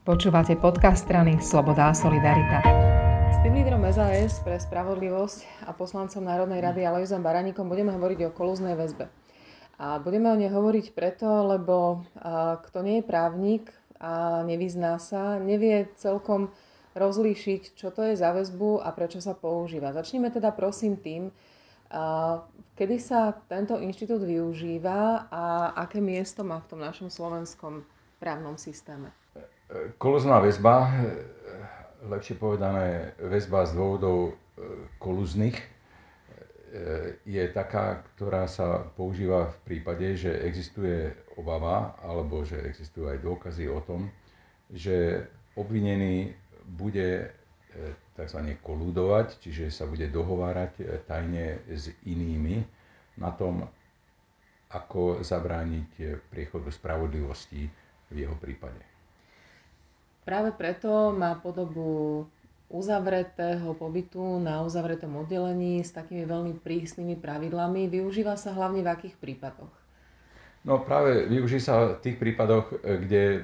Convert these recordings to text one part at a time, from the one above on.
Počúvate podcast strany Sloboda a Solidarita. S tým lídrom SAS pre spravodlivosť a poslancom Národnej rady Alojzom Baraníkom budeme hovoriť o kolúznej väzbe. A budeme o nej hovoriť preto, lebo kto nie je právnik a nevyzná sa, nevie celkom rozlíšiť, čo to je za väzbu a prečo sa používa. Začneme teda prosím tým, kedy sa tento inštitút využíva a aké miesto má v tom našom slovenskom právnom systéme. Kolúzna väzba, lepšie povedané väzba z dôvodov kolúznych, je taká, ktorá sa používa v prípade, že existuje obava alebo že existujú aj dôkazy o tom, že obvinený bude tzv. Kolúdovať, čiže sa bude dohovárať tajne s inými na tom, ako zabrániť priechodu spravodlivosti v jeho prípade. Práve preto má podobu uzavretého pobytu na uzavretom oddelení s takými veľmi prísnymi pravidlami. Využíva sa hlavne v akých prípadoch? No práve využíva sa v tých prípadoch, kde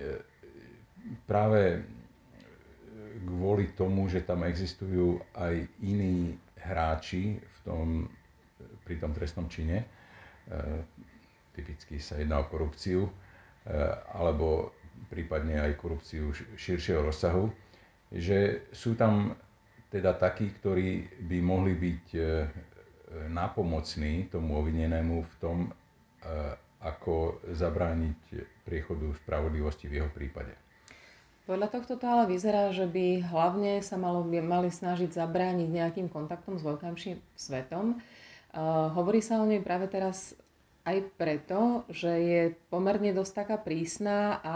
práve kvôli tomu, že tam existujú aj iní hráči pri tom trestnom čine, typicky sa jedná o korupciu, alebo prípadne aj korupciu širšieho rozsahu, že sú tam teda takí, ktorí by mohli byť nápomocní tomu obvinenému v tom, ako zabrániť priechodu spravodlivosti v jeho prípade. Podľa tohto to ale vyzerá, že by hlavne sa mali snažiť zabrániť nejakým kontaktom s vonkajším svetom. Hovorí sa o nej práve teraz aj preto, že je pomerne dosť taká prísna a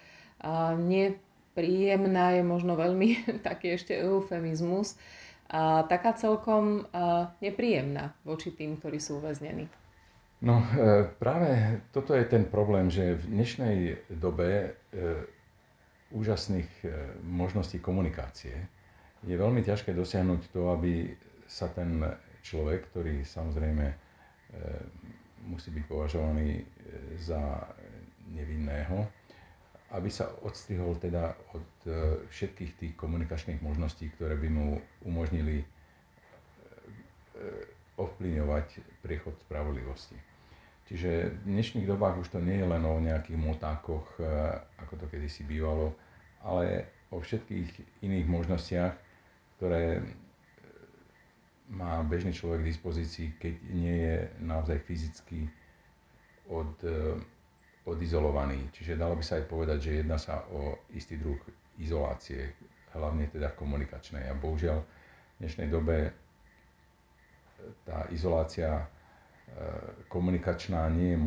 nepríjemná, je možno veľmi taký ešte eufemizmus, a taká celkom nepríjemná voči tým, ktorí sú uväznení. No práve toto je ten problém, že v dnešnej dobe úžasných možností komunikácie je veľmi ťažké dosiahnuť to, aby sa ten človek, ktorý samozrejme musí byť považovaný za nevinného, aby sa odstrihol teda od všetkých tých komunikačných možností, ktoré by mu umožnili ovplyvňovať priechod spravodlivosti. Čiže v dnešných dobách už to nie je len o nejakých motákoch, ako to kedysi bývalo, ale o všetkých iných možnostiach, ktoré má bežný človek k dispozícii, keď nie je naozaj fyzicky odizolovaný. Čiže dalo by sa aj povedať, že jedná sa o istý druh izolácie, hlavne teda komunikačnej. A bohužiaľ v dnešnej dobe tá izolácia komunikačná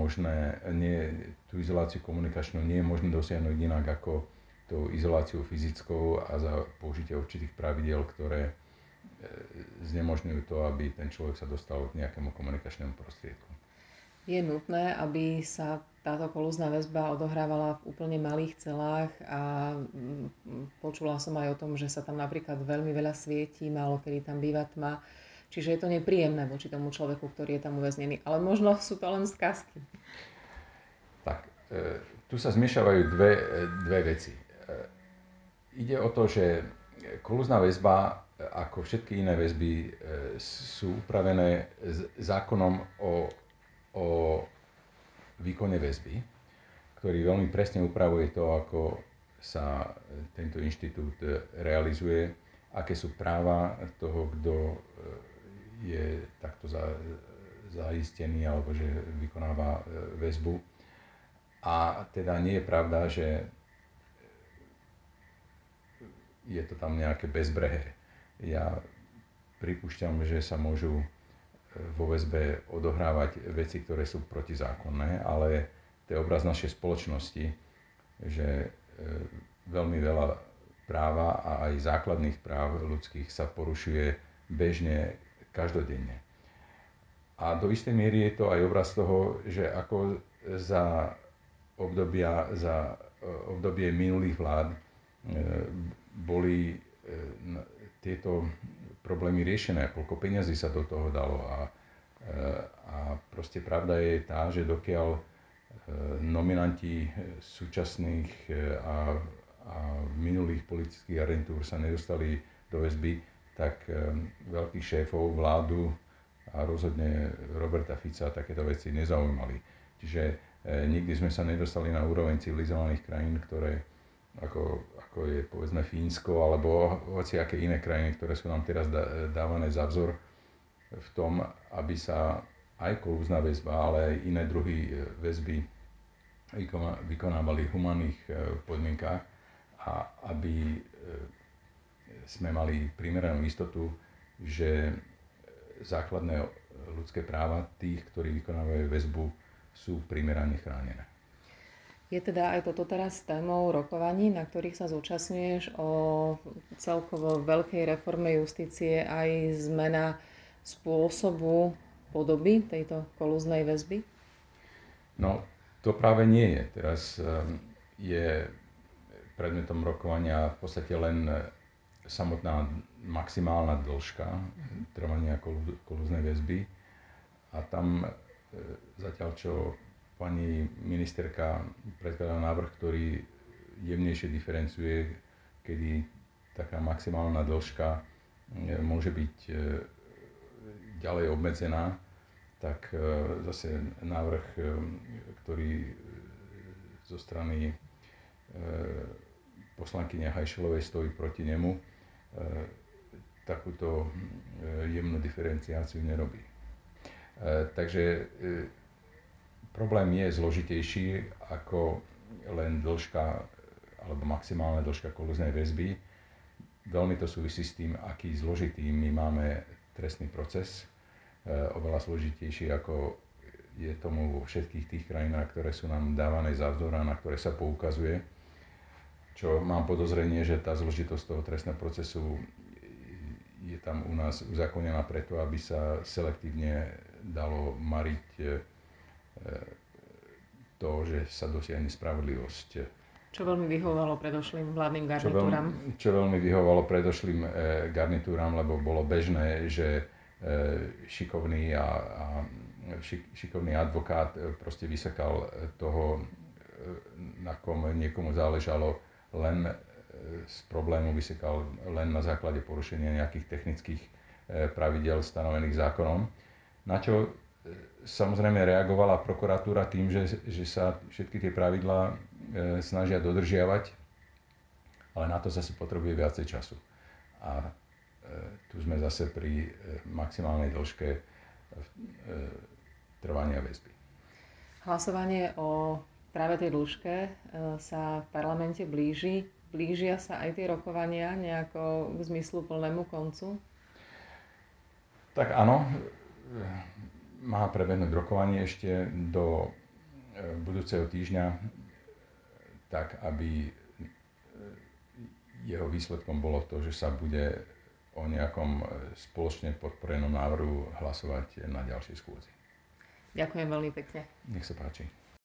tú izoláciu komunikačnú nie je možné dosiahnuť inak ako tou izoláciou fyzickou a za použitie určitých pravidiel, ktoré znemožňujú to, aby ten človek sa dostal k nejakému komunikačnému prostriedku. Je nutné, aby sa táto kolúzna väzba odohrávala v úplne malých celách a počula som aj o tom, že sa tam napríklad veľmi veľa svietí, málo kedy tam býva tma. Čiže je to nepríjemné voči tomu človeku, ktorý je tam uväznený. Ale možno sú to len skazky. Tak, tu sa zmiešavajú dve veci. Ide o to, že kolúzna väzba, ako všetky iné väzby, sú upravené zákonom o výkone väzby, ktorý veľmi presne upravuje to, ako sa tento inštitút realizuje, aké sú práva toho, kto je takto zaistený alebo že vykonáva väzbu. A teda nie je pravda, že je to tam nejaké bezbrehé. Ja pripúšťam, že sa môžu vo väzbe odohrávať veci, ktoré sú protizákonné, ale to je obraz našej spoločnosti, že veľmi veľa práva a aj základných práv ľudských sa porušuje bežne, každodenne. A do istej miery je to aj obraz toho, že ako za obdobie minulých vlád boli tieto problémy riešené, koľko peňazí sa do toho dalo a proste pravda je tá, že dokiaľ nominanti súčasných a minulých politických agentúr sa nedostali do väzby, tak veľkých šéfov, vládu a rozhodne Roberta Fica takéto veci nezaujímali. Čiže nikdy sme sa nedostali na úroveň civilizovaných krajín, ktoré ako je povedzme Fínsko alebo hociaké iné krajiny, ktoré sú nám teraz dávané za vzor v tom, aby sa aj kolúzna väzba, ale aj iné druhy väzby vykonávali v humánnych podmienkách a aby sme mali primeranú istotu, že základné ľudské práva tých, ktorí vykonávajú väzbu, sú primerane chránené. Je teda aj toto teraz témou rokovaní, na ktorých sa zúčastňuješ, o celkovo veľkej reforme justície, aj zmena spôsobu podoby tejto kolúznej väzby? No, to práve nie je. Teraz je predmetom rokovania v podstate len samotná maximálna dĺžka trvania kolúznej väzby a tam zatiaľ čo pani ministerka predkladá návrh, ktorý jemnejšie diferencuje, kedy taká maximálna dĺžka môže byť ďalej obmedzená, tak zase návrh, ktorý zo strany poslankyne Hajšelovej stojí proti nemu, takúto jemnú diferenciáciu nerobí. Takže problém je zložitejší ako len dĺžka alebo maximálna dĺžka kolúznej väzby. Veľmi to súvisí s tým, aký zložitý my máme trestný proces. Oveľa zložitejší, ako je tomu vo všetkých tých krajinách, ktoré sú nám dávané za vzor a na ktoré sa poukazuje. Čo mám podozrenie, že tá zložitosť toho trestného procesu je tam u nás uzákonená preto, aby sa selektívne dalo mariť to, že sa dosiahne spravodlivosť. Čo veľmi vyhovovalo predošlým vládnym garnitúram. Čo veľmi vyhovovalo predošlým garnitúram, lebo bolo bežné, že šikovný advokát proste vysekal toho, na kom niekomu záležalo, len z problému vysekal len na základe porušenia nejakých technických pravidiel stanovených zákonom. Na čo samozrejme reagovala prokuratúra tým, že sa všetky tie pravidlá snažia dodržiavať, ale na to zase potrebuje viacej času. A tu sme zase pri maximálnej dĺžke trvania väzby. Hlasovanie o práve tej dĺžke sa v parlamente blíži. Blížia sa aj tie rokovania nejako k zmysluplnému koncu? Tak áno, má prebehnúť rokovanie ešte do budúceho týždňa, tak aby jeho výsledkom bolo to, že sa bude o nejakom spoločne podporenom návrhu hlasovať na ďalšej schôdzi. Ďakujem veľmi pekne. Nech sa páči.